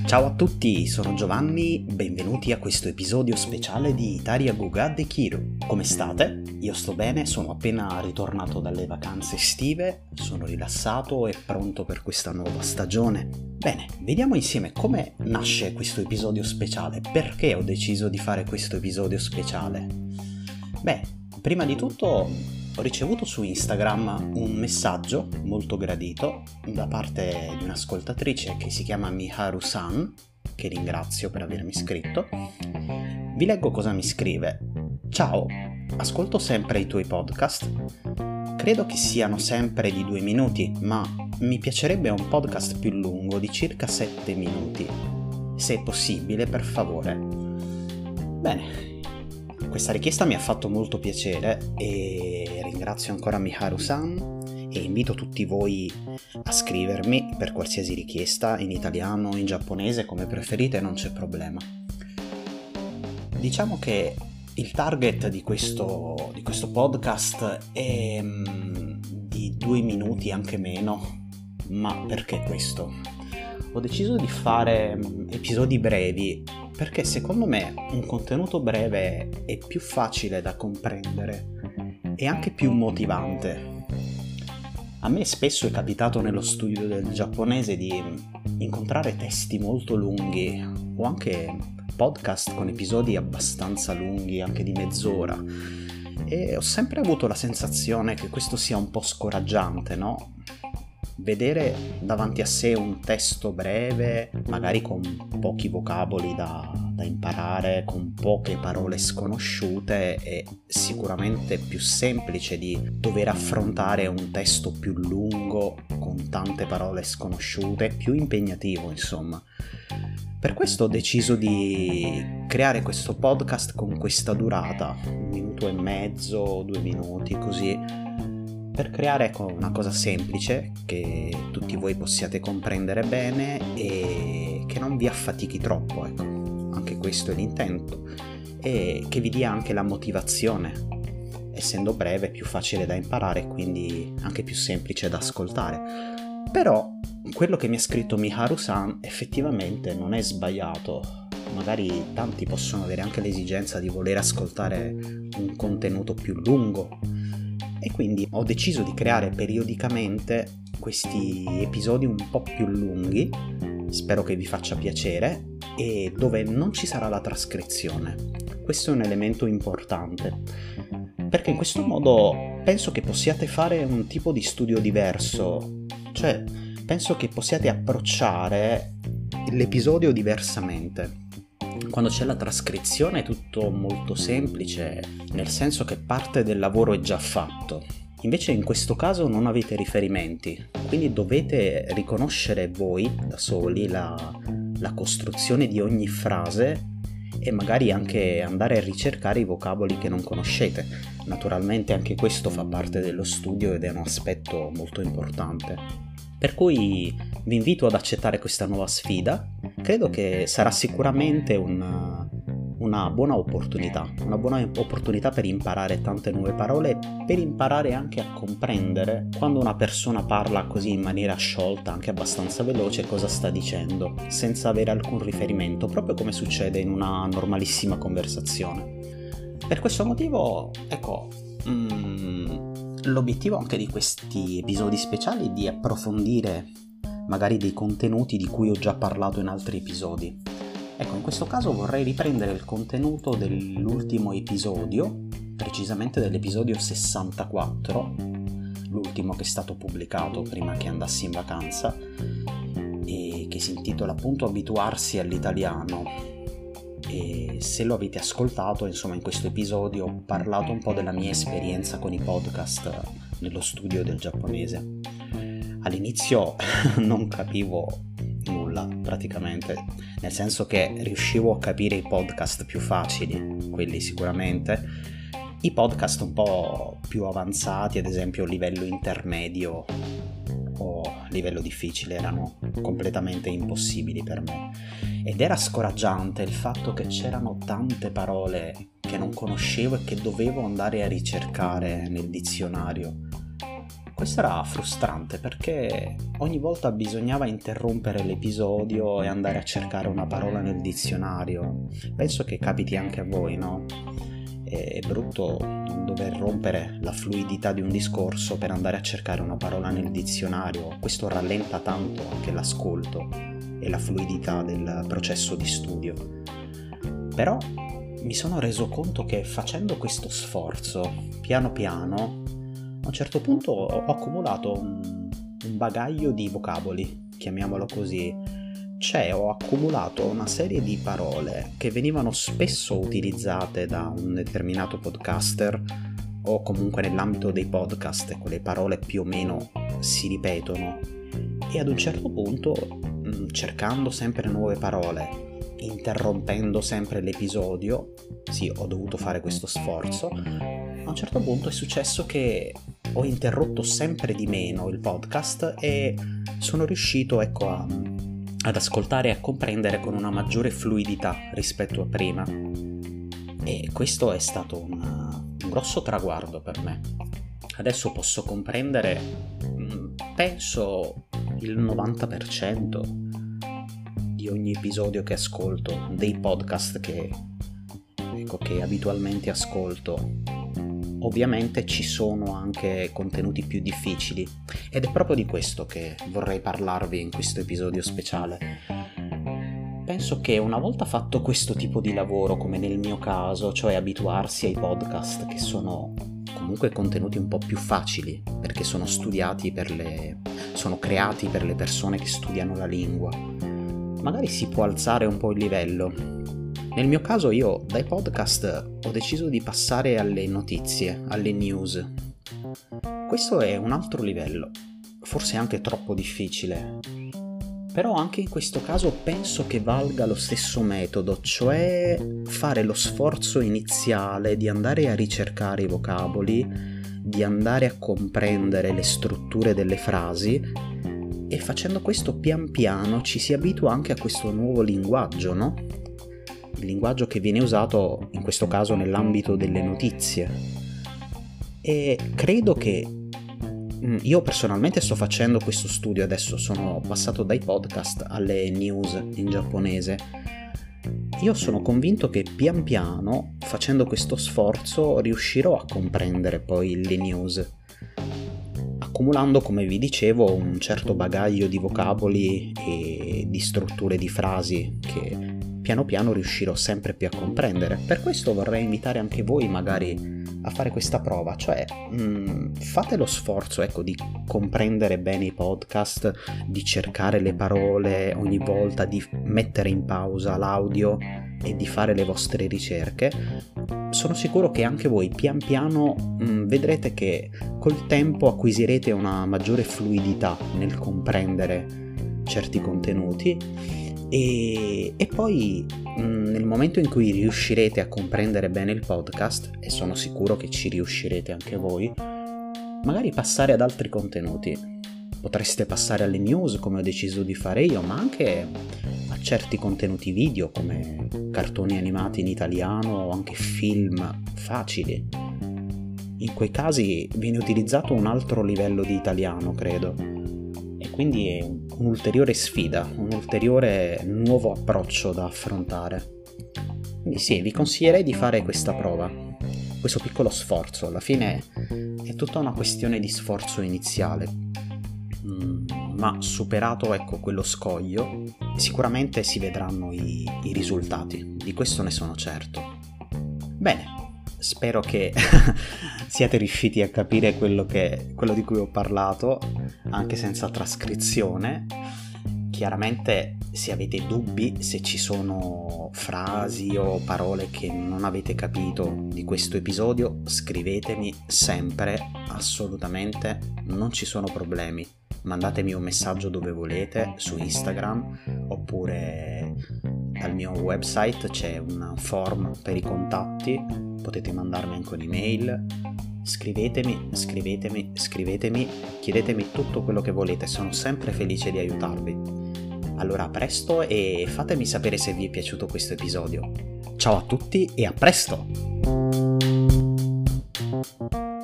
Ciao a tutti, sono Giovanni, benvenuti a questo episodio speciale di Itaria Guga Dekiru. Come state? Io sto bene, sono appena ritornato dalle vacanze estive, sono rilassato e pronto per questa nuova stagione. Bene, vediamo insieme come nasce questo episodio speciale, perché ho deciso di fare questo episodio speciale. Prima di tutto ho ricevuto su Instagram un messaggio molto gradito da parte di un'ascoltatrice che si chiama Miharu-san, che ringrazio per avermi scritto. Vi leggo cosa mi scrive. Ciao, ascolto sempre i tuoi podcast. Credo che siano sempre di 2 minuti, ma mi piacerebbe un podcast più lungo di circa 7 minuti. Se è possibile, per favore. Bene. Questa richiesta mi ha fatto molto piacere e ringrazio ancora Miharu-san e invito tutti voi a scrivermi per qualsiasi richiesta in italiano, in giapponese, come preferite, non c'è problema. Diciamo che il target di questo podcast è di 2 minuti, anche meno, ma perché questo? Ho deciso di fare episodi brevi perché secondo me un contenuto breve è più facile da comprendere e anche più motivante. A me spesso è capitato nello studio del giapponese di incontrare testi molto lunghi o anche podcast con episodi abbastanza lunghi, anche di mezz'ora, e ho sempre avuto la sensazione che questo sia un po' scoraggiante, no? Vedere davanti a sé un testo breve, magari con pochi vocaboli da imparare, con poche parole sconosciute, è sicuramente più semplice di dover affrontare un testo più lungo, con tante parole sconosciute, più impegnativo, insomma. Per questo ho deciso di creare questo podcast con questa durata, 1 minuto e mezzo, 2 minuti, così, per creare una cosa semplice che tutti voi possiate comprendere bene e che non vi affatichi troppo, ecco, anche questo è l'intento, e che vi dia anche la motivazione. Essendo breve è più facile da imparare e quindi anche più semplice da ascoltare. Però quello che mi ha scritto Miharu-san effettivamente non è sbagliato. Magari tanti possono avere anche l'esigenza di voler ascoltare un contenuto più lungo. E quindi ho deciso di creare periodicamente questi episodi un po' più lunghi, spero che vi faccia piacere, e dove non ci sarà la trascrizione. Questo è un elemento importante, perché in questo modo penso che possiate fare un tipo di studio diverso, cioè penso che possiate approcciare l'episodio diversamente. Quando c'è la trascrizione è tutto molto semplice, nel senso che parte del lavoro è già fatto. Invece in questo caso non avete riferimenti, quindi dovete riconoscere voi da soli la costruzione di ogni frase e magari anche andare a ricercare i vocaboli che non conoscete. Naturalmente anche questo fa parte dello studio ed è un aspetto molto importante. Per cui vi invito ad accettare questa nuova sfida. Credo che sarà sicuramente una buona opportunità per imparare tante nuove parole, per imparare anche a comprendere quando una persona parla così in maniera sciolta, anche abbastanza veloce, cosa sta dicendo, senza avere alcun riferimento, proprio come succede in una normalissima conversazione. Per questo motivo, ecco, l'obiettivo anche di questi episodi speciali è di approfondire magari dei contenuti di cui ho già parlato in altri episodi. Ecco, in questo caso vorrei riprendere il contenuto dell'ultimo episodio, precisamente dell'episodio 64, l'ultimo che è stato pubblicato prima che andassi in vacanza, e che si intitola appunto Abituarsi all'italiano. E se lo avete ascoltato, insomma, in questo episodio ho parlato un po' della mia esperienza con i podcast nello studio del giapponese. All'inizio non capivo nulla praticamente, nel senso che riuscivo a capire i podcast più facili, quelli sicuramente. I podcast un po' più avanzati, ad esempio livello intermedio o livello difficile, erano completamente impossibili per me. Ed era scoraggiante il fatto che c'erano tante parole che non conoscevo e che dovevo andare a ricercare nel dizionario. Questo era frustrante perché ogni volta bisognava interrompere l'episodio e andare a cercare una parola nel dizionario. Penso che capiti anche a voi, no? È brutto dover rompere la fluidità di un discorso per andare a cercare una parola nel dizionario. Questo rallenta tanto anche l'ascolto e la fluidità del processo di studio. Però mi sono reso conto che facendo questo sforzo, piano piano, a un certo punto ho accumulato un bagaglio di vocaboli, chiamiamolo così. Cioè, ho accumulato una serie di parole che venivano spesso utilizzate da un determinato podcaster o comunque nell'ambito dei podcast, quelle parole più o meno si ripetono, e ad un certo punto, cercando sempre nuove parole, interrompendo sempre l'episodio, sì, ho dovuto fare questo sforzo, a un certo punto è successo che ho interrotto sempre di meno il podcast e sono riuscito, ad ascoltare e a comprendere con una maggiore fluidità rispetto a prima. E questo è stato un grosso traguardo per me. Adesso posso comprendere, penso, il 90% di ogni episodio che ascolto, dei podcast che abitualmente ascolto. Ovviamente ci sono anche contenuti più difficili ed è proprio di questo che vorrei parlarvi in questo episodio speciale. Penso che una volta fatto questo tipo di lavoro, come nel mio caso, cioè abituarsi ai podcast che sono comunque contenuti un po' più facili, perché sono creati per le persone che studiano la lingua, magari si può alzare un po' il livello. Nel mio caso io dai podcast ho deciso di passare alle notizie, alle news. Questo è un altro livello, forse anche troppo difficile, però anche in questo caso penso che valga lo stesso metodo, cioè fare lo sforzo iniziale di andare a ricercare i vocaboli, di andare a comprendere le strutture delle frasi, e facendo questo pian piano ci si abitua anche a questo nuovo linguaggio, no? Il linguaggio che viene usato in questo caso nell'ambito delle notizie. E credo che io personalmente sto facendo questo studio adesso, sono passato dai podcast alle news in giapponese. Io sono convinto che pian piano, facendo questo sforzo, riuscirò a comprendere poi le news, accumulando, come vi dicevo, un certo bagaglio di vocaboli e di strutture di frasi che piano piano riuscirò sempre più a comprendere. Per questo vorrei invitare anche voi magari a fare questa prova, cioè fate lo sforzo, di comprendere bene i podcast, di cercare le parole ogni volta, di mettere in pausa l'audio e di fare le vostre ricerche. Sono sicuro che anche voi pian piano vedrete che col tempo acquisirete una maggiore fluidità nel comprendere certi contenuti e poi nel momento in cui riuscirete a comprendere bene il podcast, e sono sicuro che ci riuscirete anche voi, magari passare ad altri contenuti. Potreste passare alle news come ho deciso di fare io, ma anche a certi contenuti video come cartoni animati in italiano o anche film facili. In quei casi viene utilizzato un altro livello di italiano, credo, e quindi è un'ulteriore sfida, un ulteriore nuovo approccio da affrontare. Quindi sì, vi consiglierei di fare questa prova, questo piccolo sforzo. Alla fine è tutta una questione di sforzo iniziale, ma superato quello scoglio sicuramente si vedranno i risultati, di questo ne sono certo. Bene, spero che siate riusciti a capire quello di cui ho parlato, anche senza trascrizione. Chiaramente, se avete dubbi, se ci sono frasi o parole che non avete capito di questo episodio, scrivetemi sempre, assolutamente, non ci sono problemi. Mandatemi un messaggio dove volete, su Instagram, oppure dal mio website c'è un form per i contatti, potete mandarmi anche un'email. Scrivetemi, chiedetemi tutto quello che volete, sono sempre felice di aiutarvi. Allora, a presto e fatemi sapere se vi è piaciuto questo episodio. Ciao a tutti e a presto!